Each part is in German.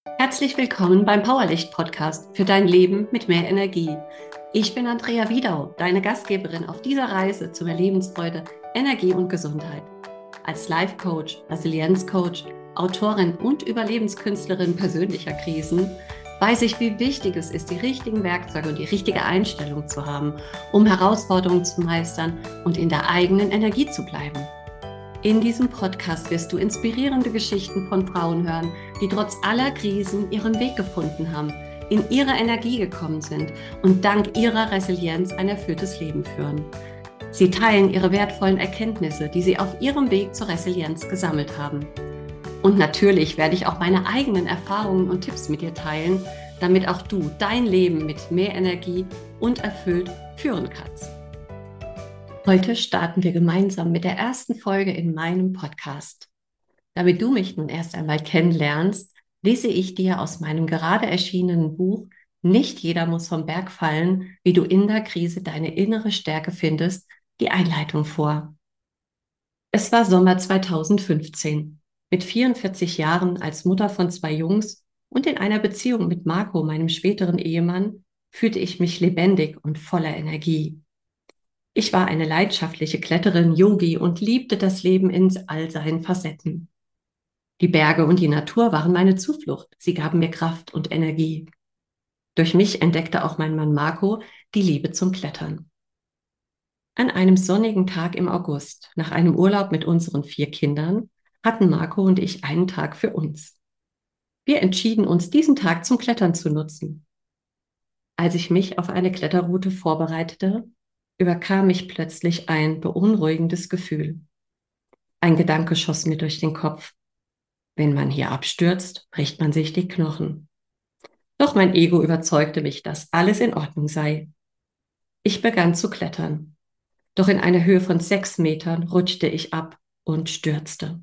Herzlich willkommen beim Powerlicht-Podcast für dein Leben mit mehr Energie. Ich bin Andrea Wiedau, deine Gastgeberin auf dieser Reise zu mehr Lebensfreude, Energie und Gesundheit. Als Life-Coach, Resilienz-Coach, Autorin und Überlebenskünstlerin persönlicher Krisen weiß ich, wie wichtig es ist, die richtigen Werkzeuge und die richtige Einstellung zu haben, um Herausforderungen zu meistern und in der eigenen Energie zu bleiben. In diesem Podcast wirst du inspirierende Geschichten von Frauen hören, die trotz aller Krisen ihren Weg gefunden haben, in ihre Energie gekommen sind und dank ihrer Resilienz ein erfülltes Leben führen. Sie teilen ihre wertvollen Erkenntnisse, die sie auf ihrem Weg zur Resilienz gesammelt haben. Und natürlich werde ich auch meine eigenen Erfahrungen und Tipps mit dir teilen, damit auch du dein Leben mit mehr Energie und erfüllt führen kannst. Heute starten wir gemeinsam mit der ersten Folge in meinem Podcast. Damit du mich nun erst einmal kennenlernst, lese ich dir aus meinem gerade erschienenen Buch Nicht jeder muss vom Berg fallen, wie du in der Krise deine innere Stärke findest, die Einleitung vor. Es war Sommer 2015. Mit 44 Jahren als Mutter von 2 Jungs und in einer Beziehung mit Marco, meinem späteren Ehemann, fühlte ich mich lebendig und voller Energie. Ich war eine leidenschaftliche Kletterin, Yogi und liebte das Leben in all seinen Facetten. Die Berge und die Natur waren meine Zuflucht. Sie gaben mir Kraft und Energie. Durch mich entdeckte auch mein Mann Marco die Liebe zum Klettern. An einem sonnigen Tag im August, nach einem Urlaub mit unseren 4 Kindern, hatten Marco und ich einen Tag für uns. Wir entschieden uns, diesen Tag zum Klettern zu nutzen. Als ich mich auf eine Kletterroute vorbereitete, überkam mich plötzlich ein beunruhigendes Gefühl. Ein Gedanke schoss mir durch den Kopf. Wenn man hier abstürzt, bricht man sich die Knochen. Doch mein Ego überzeugte mich, dass alles in Ordnung sei. Ich begann zu klettern. Doch in einer Höhe von 6 Metern rutschte ich ab und stürzte.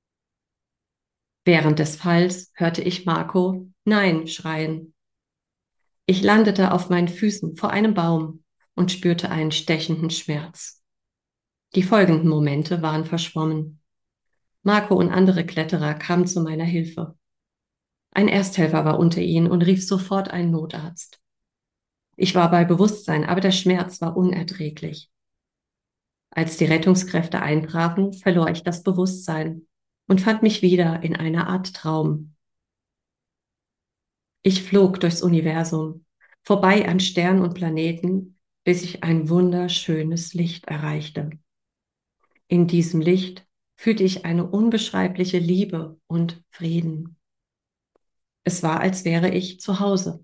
Während des Falls hörte ich Marco Nein schreien. Ich landete auf meinen Füßen vor einem Baum und spürte einen stechenden Schmerz. Die folgenden Momente waren verschwommen. Marco und andere Kletterer kamen zu meiner Hilfe. Ein Ersthelfer war unter ihnen und rief sofort einen Notarzt. Ich war bei Bewusstsein, aber der Schmerz war unerträglich. Als die Rettungskräfte eintrafen, verlor ich das Bewusstsein und fand mich wieder in einer Art Traum. Ich flog durchs Universum, vorbei an Sternen und Planeten, bis ich ein wunderschönes Licht erreichte. In diesem Licht fühlte ich eine unbeschreibliche Liebe und Frieden. Es war, als wäre ich zu Hause.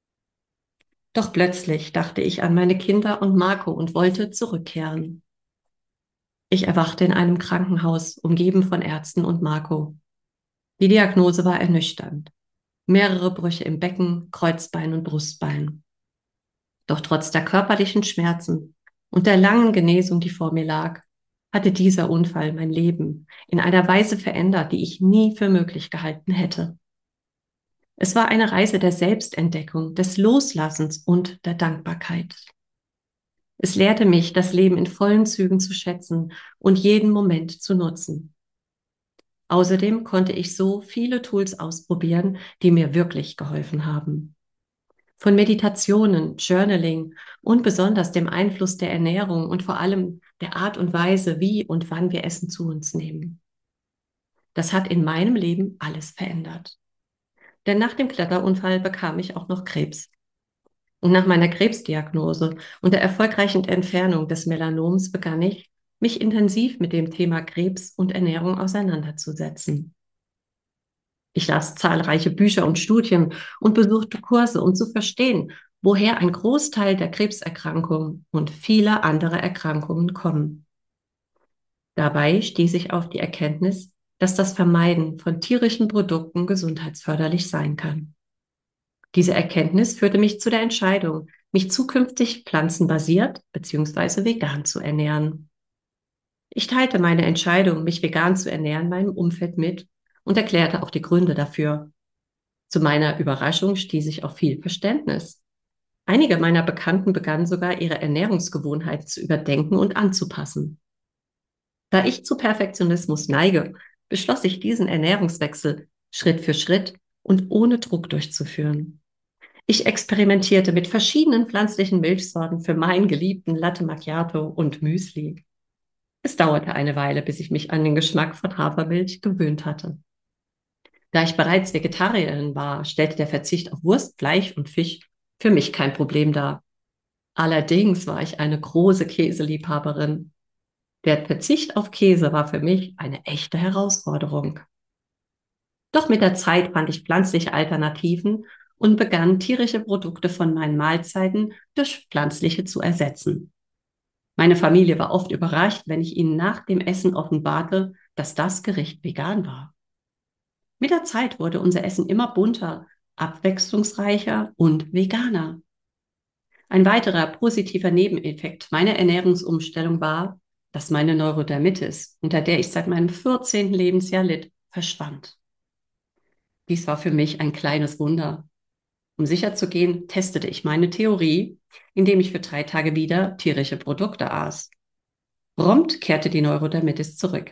Doch plötzlich dachte ich an meine Kinder und Marco und wollte zurückkehren. Ich erwachte in einem Krankenhaus, umgeben von Ärzten und Marco. Die Diagnose war ernüchternd. Mehrere Brüche im Becken, Kreuzbein und Brustbein. Doch trotz der körperlichen Schmerzen und der langen Genesung, die vor mir lag, hatte dieser Unfall mein Leben in einer Weise verändert, die ich nie für möglich gehalten hätte. Es war eine Reise der Selbstentdeckung, des Loslassens und der Dankbarkeit. Es lehrte mich, das Leben in vollen Zügen zu schätzen und jeden Moment zu nutzen. Außerdem konnte ich so viele Tools ausprobieren, die mir wirklich geholfen haben. Von Meditationen, Journaling und besonders dem Einfluss der Ernährung und vor allem der Art und Weise, wie und wann wir Essen zu uns nehmen. Das hat in meinem Leben alles verändert. Denn nach dem Kletterunfall bekam ich auch noch Krebs. Und nach meiner Krebsdiagnose und der erfolgreichen Entfernung des Melanoms begann ich, mich intensiv mit dem Thema Krebs und Ernährung auseinanderzusetzen. Ich las zahlreiche Bücher und Studien und besuchte Kurse, um zu verstehen, woher ein Großteil der Krebserkrankungen und viele andere Erkrankungen kommen. Dabei stieß ich auf die Erkenntnis, dass das Vermeiden von tierischen Produkten gesundheitsförderlich sein kann. Diese Erkenntnis führte mich zu der Entscheidung, mich zukünftig pflanzenbasiert bzw. vegan zu ernähren. Ich teilte meine Entscheidung, mich vegan zu ernähren, meinem Umfeld mit und erklärte auch die Gründe dafür. Zu meiner Überraschung stieß ich auf viel Verständnis. Einige meiner Bekannten begannen sogar, ihre Ernährungsgewohnheiten zu überdenken und anzupassen. Da ich zu Perfektionismus neige, beschloss ich diesen Ernährungswechsel Schritt für Schritt und ohne Druck durchzuführen. Ich experimentierte mit verschiedenen pflanzlichen Milchsorten für meinen geliebten Latte Macchiato und Müsli. Es dauerte eine Weile, bis ich mich an den Geschmack von Hafermilch gewöhnt hatte. Da ich bereits Vegetarierin war, stellte der Verzicht auf Wurst, Fleisch und Fisch für mich kein Problem dar. Allerdings war ich eine große Käseliebhaberin. Der Verzicht auf Käse war für mich eine echte Herausforderung. Doch mit der Zeit fand ich pflanzliche Alternativen und begann, tierische Produkte von meinen Mahlzeiten durch pflanzliche zu ersetzen. Meine Familie war oft überrascht, wenn ich ihnen nach dem Essen offenbarte, dass das Gericht vegan war. Mit der Zeit wurde unser Essen immer bunter, abwechslungsreicher und veganer. Ein weiterer positiver Nebeneffekt meiner Ernährungsumstellung war, dass meine Neurodermitis, unter der ich seit meinem 14. Lebensjahr litt, verschwand. Dies war für mich ein kleines Wunder. Um sicher zu gehen, testete ich meine Theorie, indem ich für 3 Tage wieder tierische Produkte aß. Prompt kehrte die Neurodermitis zurück.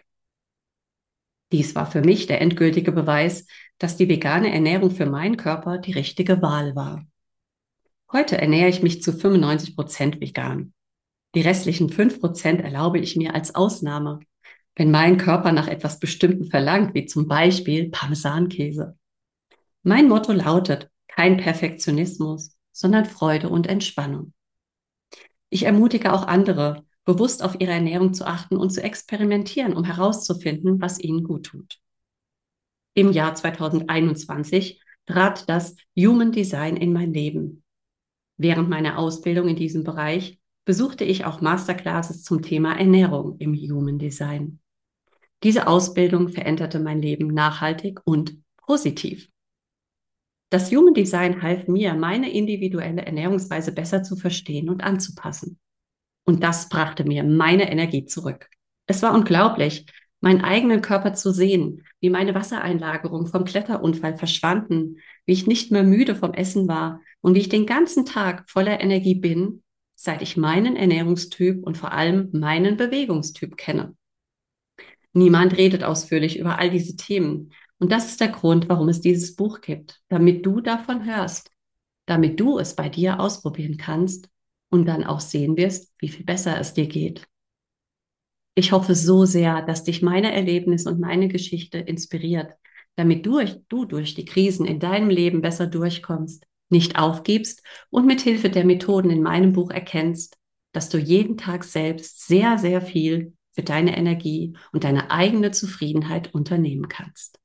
Dies war für mich der endgültige Beweis, dass die vegane Ernährung für meinen Körper die richtige Wahl war. Heute ernähre ich mich zu 95% vegan. Die restlichen 5% erlaube ich mir als Ausnahme, wenn mein Körper nach etwas Bestimmtem verlangt, wie zum Beispiel Parmesankäse. Mein Motto lautet: kein Perfektionismus, sondern Freude und Entspannung. Ich ermutige auch andere, bewusst auf ihre Ernährung zu achten und zu experimentieren, um herauszufinden, was ihnen gut tut. Im Jahr 2021 trat das Human Design in mein Leben. Während meiner Ausbildung in diesem Bereich besuchte ich auch Masterclasses zum Thema Ernährung im Human Design. Diese Ausbildung veränderte mein Leben nachhaltig und positiv. Das Human Design half mir, meine individuelle Ernährungsweise besser zu verstehen und anzupassen. Und das brachte mir meine Energie zurück. Es war unglaublich, meinen eigenen Körper zu sehen, wie meine Wassereinlagerungen vom Kletterunfall verschwanden, wie ich nicht mehr müde vom Essen war und wie ich den ganzen Tag voller Energie bin, seit ich meinen Ernährungstyp und vor allem meinen Bewegungstyp kenne. Niemand redet ausführlich über all diese Themen. Und das ist der Grund, warum es dieses Buch gibt, damit du davon hörst, damit du es bei dir ausprobieren kannst und dann auch sehen wirst, wie viel besser es dir geht. Ich hoffe so sehr, dass dich meine Erlebnisse und meine Geschichte inspiriert, damit du durch die Krisen in deinem Leben besser durchkommst, nicht aufgibst und mit Hilfe der Methoden in meinem Buch erkennst, dass du jeden Tag selbst sehr, sehr viel für deine Energie und deine eigene Zufriedenheit unternehmen kannst.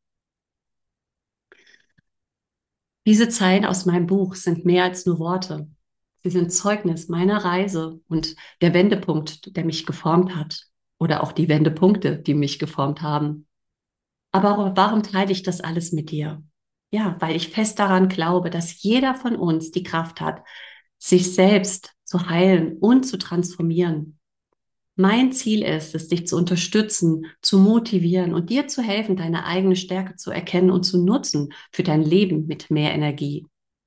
Diese Zeilen aus meinem Buch sind mehr als nur Worte. Sie sind Zeugnis meiner Reise und der Wendepunkt, der mich geformt hat. Oder auch die Wendepunkte, die mich geformt haben. Aber warum teile ich das alles mit dir? Ja, weil ich fest daran glaube, dass jeder von uns die Kraft hat, sich selbst zu heilen und zu transformieren. Mein Ziel ist es, dich zu unterstützen, zu motivieren und dir zu helfen, deine eigene Stärke zu erkennen und zu nutzen für dein Leben mit mehr Energie.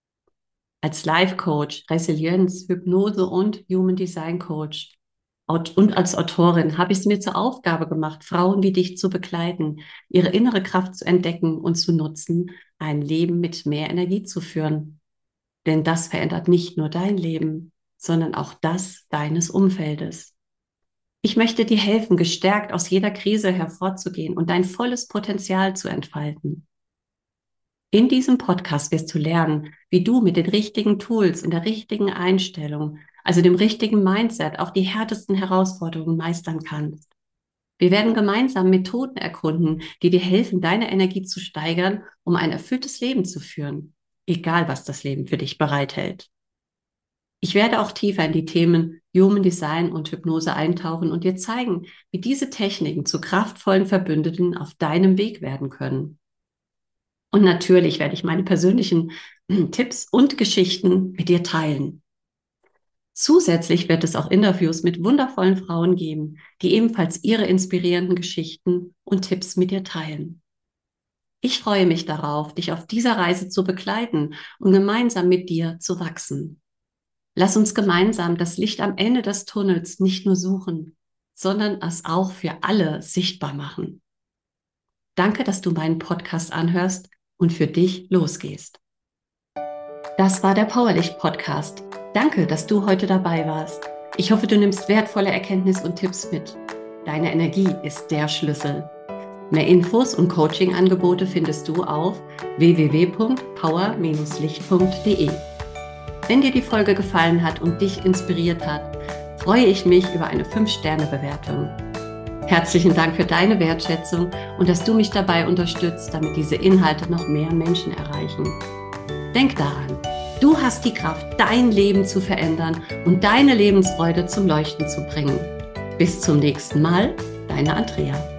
Als Life Coach, Resilienz, Hypnose und Human Design Coach und als Autorin habe ich es mir zur Aufgabe gemacht, Frauen wie dich zu begleiten, ihre innere Kraft zu entdecken und zu nutzen, ein Leben mit mehr Energie zu führen. Denn das verändert nicht nur dein Leben, sondern auch das deines Umfeldes. Ich möchte dir helfen, gestärkt aus jeder Krise hervorzugehen und dein volles Potenzial zu entfalten. In diesem Podcast wirst du lernen, wie du mit den richtigen Tools und der richtigen Einstellung, also dem richtigen Mindset, auch die härtesten Herausforderungen meistern kannst. Wir werden gemeinsam Methoden erkunden, die dir helfen, deine Energie zu steigern, um ein erfülltes Leben zu führen, egal was das Leben für dich bereithält. Ich werde auch tiefer in die Themen Human Design und Hypnose eintauchen und dir zeigen, wie diese Techniken zu kraftvollen Verbündeten auf deinem Weg werden können. Und natürlich werde ich meine persönlichen Tipps und Geschichten mit dir teilen. Zusätzlich wird es auch Interviews mit wundervollen Frauen geben, die ebenfalls ihre inspirierenden Geschichten und Tipps mit dir teilen. Ich freue mich darauf, dich auf dieser Reise zu begleiten und gemeinsam mit dir zu wachsen. Lass uns gemeinsam das Licht am Ende des Tunnels nicht nur suchen, sondern es auch für alle sichtbar machen. Danke, dass du meinen Podcast anhörst und für dich losgehst. Das war der Powerlicht-Podcast. Danke, dass du heute dabei warst. Ich hoffe, du nimmst wertvolle Erkenntnisse und Tipps mit. Deine Energie ist der Schlüssel. Mehr Infos und Coaching-Angebote findest du auf www.power-licht.de. Wenn dir die Folge gefallen hat und dich inspiriert hat, freue ich mich über eine 5-Sterne-Bewertung. Herzlichen Dank für deine Wertschätzung und dass du mich dabei unterstützt, damit diese Inhalte noch mehr Menschen erreichen. Denk daran, du hast die Kraft, dein Leben zu verändern und deine Lebensfreude zum Leuchten zu bringen. Bis zum nächsten Mal, deine Andrea.